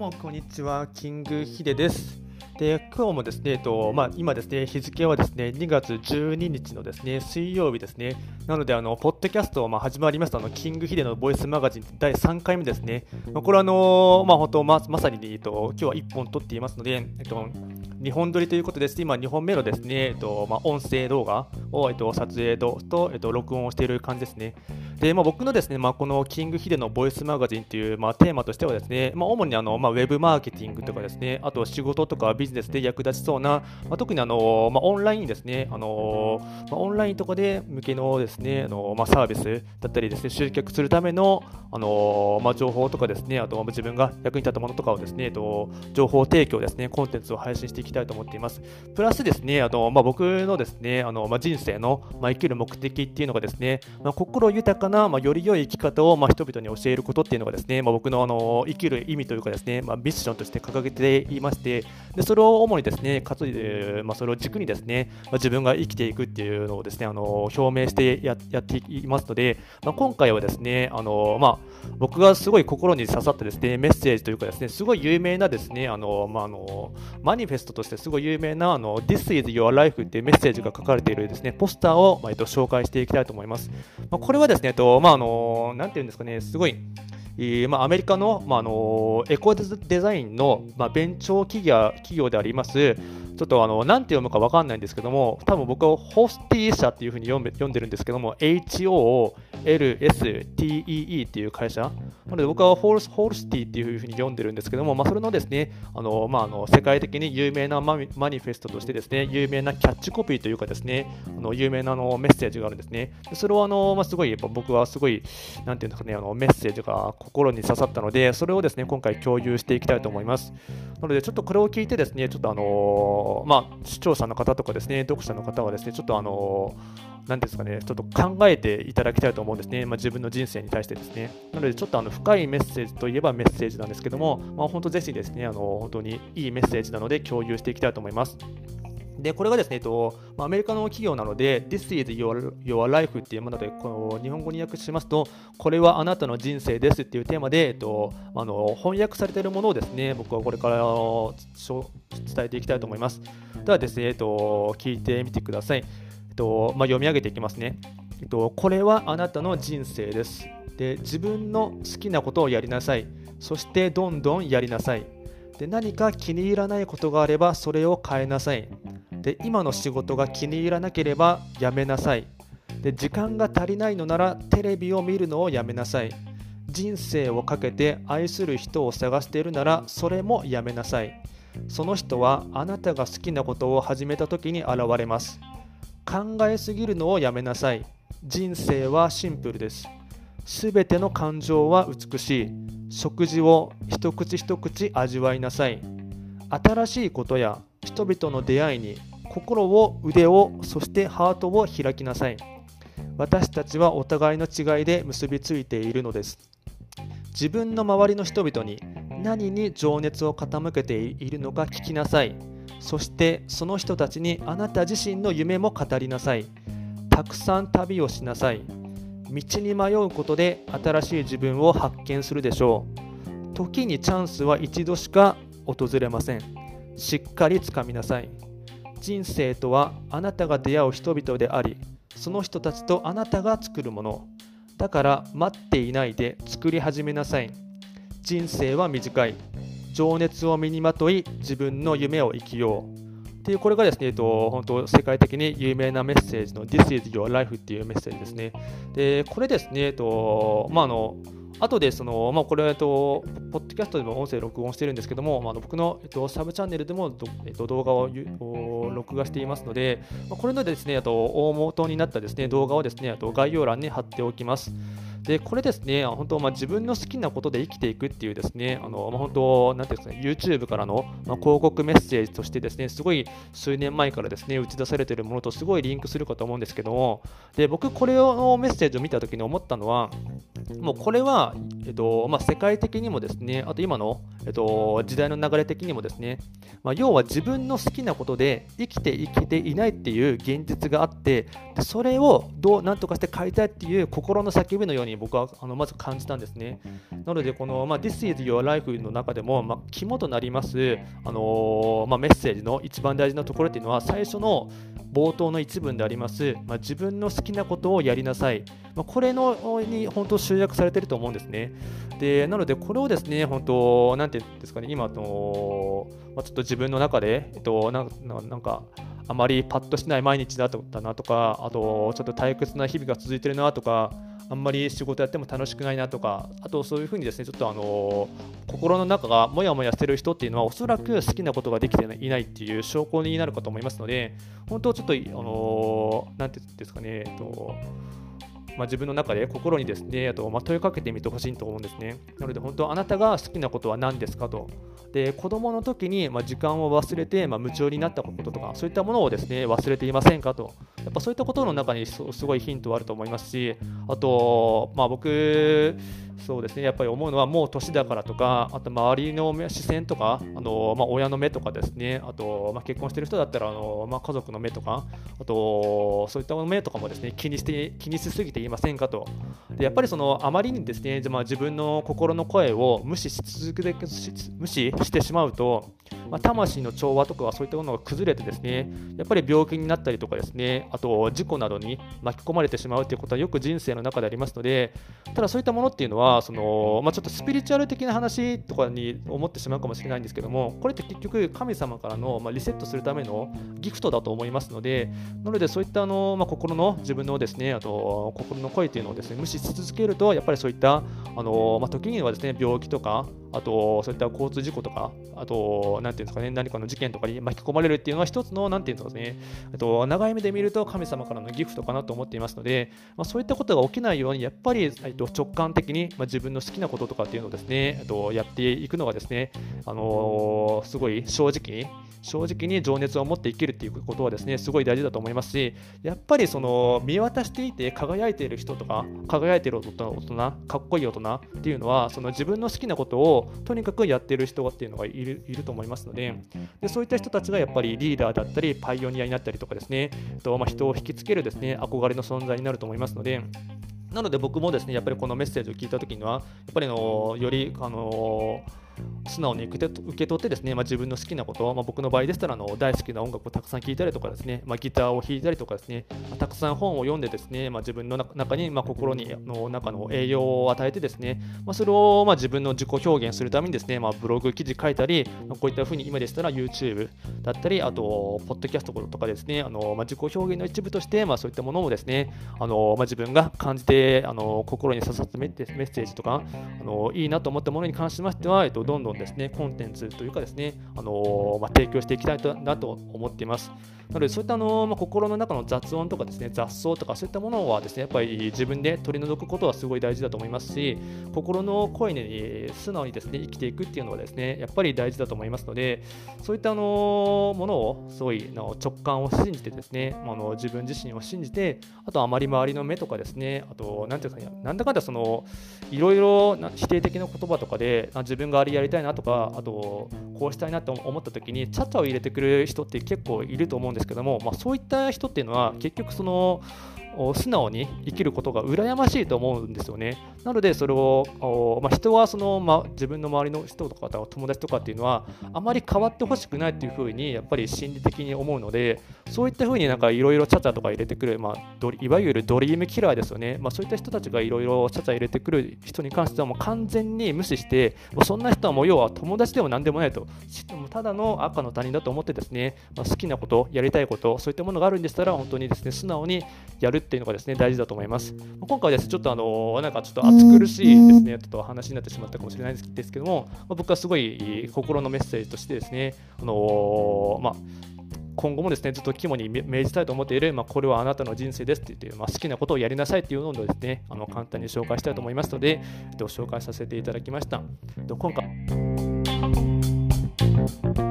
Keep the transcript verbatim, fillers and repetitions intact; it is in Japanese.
もこんにちは、キングヒデです。で、今日もですね、えっとまあ、今ですね、日付はですね、にがつじゅうににちのですね、水曜日ですね。なので、あのポッドキャスト、まあ、始まりましたあのキングヒデのボイスマガジンだいさんかいめですね。まあ、これはあのまあ、本当ままさに、えっと、今日はいっぽん撮っていますので、えっと、にほん撮りということです。今、にほんめのですね、えっとまあ、音声動画を、えっと、撮影と、えっと、録音をしている感じですね。で、まあ、僕のですね、まあ、このキングヒデのボイスマガジンという、まあ、テーマとしてはですね、まあ、主にあの、まあ、ウェブマーケティングとかですね、あと仕事とかビジネスで役立ちそうな、まあ、特にあの、まあ、オンラインですね、あのまあ、オンラインとかで向けのですね、あのまあ、サービスだったりですね、集客するための、あのまあ、情報とかですね、あと自分が役に立ったものとかをですね、えっと、情報提供ですね、コンテンツを配信していきたいと思っています。プラスですね、あのまあ、僕のですね、あのまあ、人生の、まあ、生きる目的っていうのがですね、まあ、心豊かな、まあ、より良い生き方を、まあ、人々に教えることっていうのがですね、まあ、僕の、あの生きる意味というかですね、まあ、ミッションとして掲げていまして、でそれを主にですね、かつ、まあ、それを軸にですね、まあ、自分が生きていくっていうのをですね、あの表明してや、やっていますので、まあ、今回はですね、あのまあ、僕がすごい心に刺さったですね、メッセージというかですね、すごい有名なですね、あのまあ、あのマニフェストとしてすごい有名なあの This is your life っていうメッセージが書かれているですね、ポスターを、まあ、えっと、紹介していきたいと思います。まあ、これはですね、えっとまあ、あのなんていうんですかね、すごいまあ、アメリカの、まあ、あのエコデザインの、まあ、ベンチャー企業企業でありますちょっとあの何て読むか分かんないんですけども、多分僕はホスティ社っていう風に読んで読んでるんですけども、エイチオーエルエスティーイーイー っていう会社なので、僕はホールホールシティっていう風に読んでるんですけども、まあ、それのですね、あのまあ、あの世界的に有名なマニ、マニフェストとしてですね、有名なキャッチコピーというかですね、あの有名なあのメッセージがあるんですね。それをあの、まあ、すごい僕はすごいなんていうんですかね、あのメッセージが心に刺さったので、それをですね今回共有していきたいと思います。なのでちょっとこれを聞いてですね、ちょっとあのまあ視聴者の方とかですね、読者の方はですね、ちょっとあのなんですかね、ちょっと考えていただきたいと思うんですね。まあ、自分の人生に対してですね。なのでちょっとあの深いメッセージといえばメッセージなんですけども、まあ、本当ぜひですね、あの本当にいいメッセージなので共有していきたいと思います。で、これがですね、えっと、アメリカの企業なので、This is your, your life っていうもので、この日本語に訳しますと、これはあなたの人生ですっていうテーマで、えっと、あの翻訳されているものをですね、僕はこれから伝えていきたいと思います。ではですね、えっと、聞いてみてください。えっとまあ、読み上げていきますね。えっと、これはあなたの人生です。で、自分の好きなことをやりなさい。そしてどんどんやりなさい。で、何か気に入らないことがあればそれを変えなさい。で、今の仕事が気に入らなければやめなさい。で、時間が足りないのならテレビを見るのをやめなさい。人生をかけて愛する人を探しているならそれもやめなさい。その人はあなたが好きなことを始めた時に現れます。考えすぎるのをやめなさい。人生はシンプルです。すべての感情は美しい。食事を一口一口味わいなさい。新しいことや人々の出会いに心を、腕を、そしてハートを開きなさい。私たちはお互いの違いで結びついているのです。自分の周りの人々に何に情熱を傾けているのか聞きなさい。そしてその人たちにあなた自身の夢も語りなさい。たくさん旅をしなさい。道に迷うことで新しい自分を発見するでしょう。時にチャンスは一度しか訪れません。しっかりつかみなさい。人生とはあなたが出会う人々であり、その人たちとあなたが作るもの。だから待っていないで作り始めなさい。人生は短い。情熱を身にまとい、自分の夢を生きよう。っていうこれがですね、えっと、本当世界的に有名なメッセージの This is your life っていうメッセージですね。で、これですね、えっと、まあ、あの、後でその、まあ、これは、えっと、ポッドキャストでも音声録音してるんですけども、まあ、僕の、えっと、サブチャンネルでも、えっと、動画を録画していますので、まあ、これのですね、あと大元になったですね、動画をですね、あと概要欄に貼っておきます。で、これですね、本当、まあ、自分の好きなことで生きていくっていうですね、あのまあ、本当、なんていうんですかね、YouTube からの、まあ、広告メッセージとしてですね、すごい数年前からですね、打ち出されているものとすごいリンクするかと思うんですけども、で、僕、これをメッセージを見たときに思ったのは、 もうこれは、えっとまあ、世界的にもですね、あと今の、えっと、時代の流れ的にもですね、まあ、要は自分の好きなことで生きていけていないっていう現実があって、でそれをどうなんとかして変えたいっていう心の叫びのように僕はあのまず感じたんですね。なのでこの、まあ、This is your life の中でも、まあ、肝となります、あのーまあ、メッセージの一番大事なところっていうのは、最初の冒頭の一文であります、まあ、自分の好きなことをやりなさい、まあ、これのに本当集約されていると思うんですね。でなのでこれをですね、本当なんていうんですかね、今の、まあ、ちょっと自分の中で、えっと、なななんかあまりパッとしない毎日だったなとか、あとちょっと退屈な日々が続いてるなとか、あんまり仕事やっても楽しくないなとか、あとそういうふうにですね、ちょっとあの心の中がもやもやしてる人っていうのは、おそらく好きなことができていないっていう証拠になるかと思いますので、本当ちょっと、あのなんていうんですかね、えっとまあ、自分の中で心にですね、あとまあ問いかけてみてほしいと思うんですね。なので本当、あなたが好きなことは何ですかと。で子供の時にまあ時間を忘れてまあ夢中になったこととか、そういったものをですね忘れていませんかと。やっぱそういったことの中にすごいヒントはあると思いますし、あと、まあ、僕そうですね、やっぱり思うのは、もう年だからとか、あと周りの視線とか、あのまあ、親の目とかですね、あと、まあ、結婚している人だったらあの、まあ、家族の目とか、あとそういった目とかもですね気にして気にしすぎていませんかと。でやっぱりそのあまりにですね、まあ、自分の心の声を無視し続けて無視してしまうと、まあ、魂の調和とかそういったものが崩れてですね、やっぱり病気になったりとかですね、あと事故などに巻き込まれてしまうということはよく人生の中でありますので、ただそういったものっていうのはその、まあ、ちょっとスピリチュアル的な話とかに思ってしまうかもしれないんですけども、これって結局神様からの、まあ、リセットするためのギフトだと思いますので、なのでそういったあの、まあ、心の自分のですね、あと心の声というのをですね無視し続けると、やっぱりそういったあの、まあ、時にはですね病気とか、あとそういった交通事故とか、あと何ていうんですかね、何かの事件とかに巻き込まれるっていうのは一つの何ていうんですかね、あと長い目で見ると神様からのギフトかなと思っていますので、まあ、そういったことが起きないように、やっぱり、えっと、直感的に、まあ、自分の好きなこととかっていうのをですね、えっと、やっていくのがですね、あのー、すごい正直に正直に情熱を持って生きるっていうことはですねすごい大事だと思いますし、やっぱりその見渡していて輝いている人とか、輝いている大人、かっこいい大人っていうのは、その自分の好きなことをとにかくやっている人っていうのがいる、いると思いますので、でそういった人たちがやっぱりリーダーだったりパイオニアになったりとかですね、とまあ人を引きつけるですね憧れの存在になると思いますので、なので僕もですねやっぱりこのメッセージを聞いたときには、やっぱりあのよりあの素直に受けて受け取ってですね、まあ、自分の好きなこと、まあ、僕の場合でしたらあの大好きな音楽をたくさん聴いたりとかですね、まあ、ギターを弾いたりとかですね、まあ、たくさん本を読んでですね、まあ、自分の中に、まあ、心にの中の栄養を与えてですね、まあ、それをまあ自分の自己表現するためにですね、まあ、ブログ記事書いたり、まあ、こういったふうに今でしたら YouTube だったり、あとポッドキャストとかですね、あの、まあ、自己表現の一部として、まあ、そういったものをですね、あの、まあ、自分が感じてあの心に刺さったメッセージとか、あのいいなと思ったものに関しましては、えっと、どんどんですねコンテンツというかですね、あのーまあ、提供していきたいとなと思っています。なのでそういった、あのーまあ、心の中の雑音とかですね、雑草とかそういったものはですねやっぱり自分で取り除くことはすごい大事だと思いますし、心の声に素直にですね生きていくっていうのはですねやっぱり大事だと思いますので、そういった、あのーものをすごいの直感を信じてですね、あの自分自身を信じて、あとあまり周りの目とかですね、あとなんていうかね、なんだかんだそのいろいろな否定的な言葉とかで自分があれやりたいなとか、あとこうしたいなと思った時にチャチャを入れてくる人って結構いると思うんですけども、まあ、そういった人っていうのは結局その素直に生きることが羨ましいと思うんですよね。なのでそれを、まあ、人はその、ま、自分の周りの人とか友達とかっていうのはあまり変わってほしくないっていうふうにやっぱり心理的に思うので、そういったふうになんかいろいろチャチャとか入れてくる、まあ、いわゆるドリームキラーですよね。まあ、そういった人たちがいろいろチャチャ入れてくる人に関してはもう完全に無視して、もうそんな人はもう要は友達でも何でもないと、ただの赤の他人だと思ってですね、まあ、好きなこと、やりたいこと、そういったものがあるんでしたら本当にですね素直にやるっていうのがですね大事だと思います。今回はですねちょっとあのなんかちょっと暑苦しいですねちょっと話になってしまったかもしれないですけども、まあ、僕はすごい心のメッセージとしてですね、あのー、まあ今後もですねずっと肝に銘じたいと思っている、まあ、これはあなたの人生ですって言って、まあ、好きなことをやりなさいっていうのをですねあの簡単に紹介したいと思いますので、えっと、紹介させていただきました。えっと、今回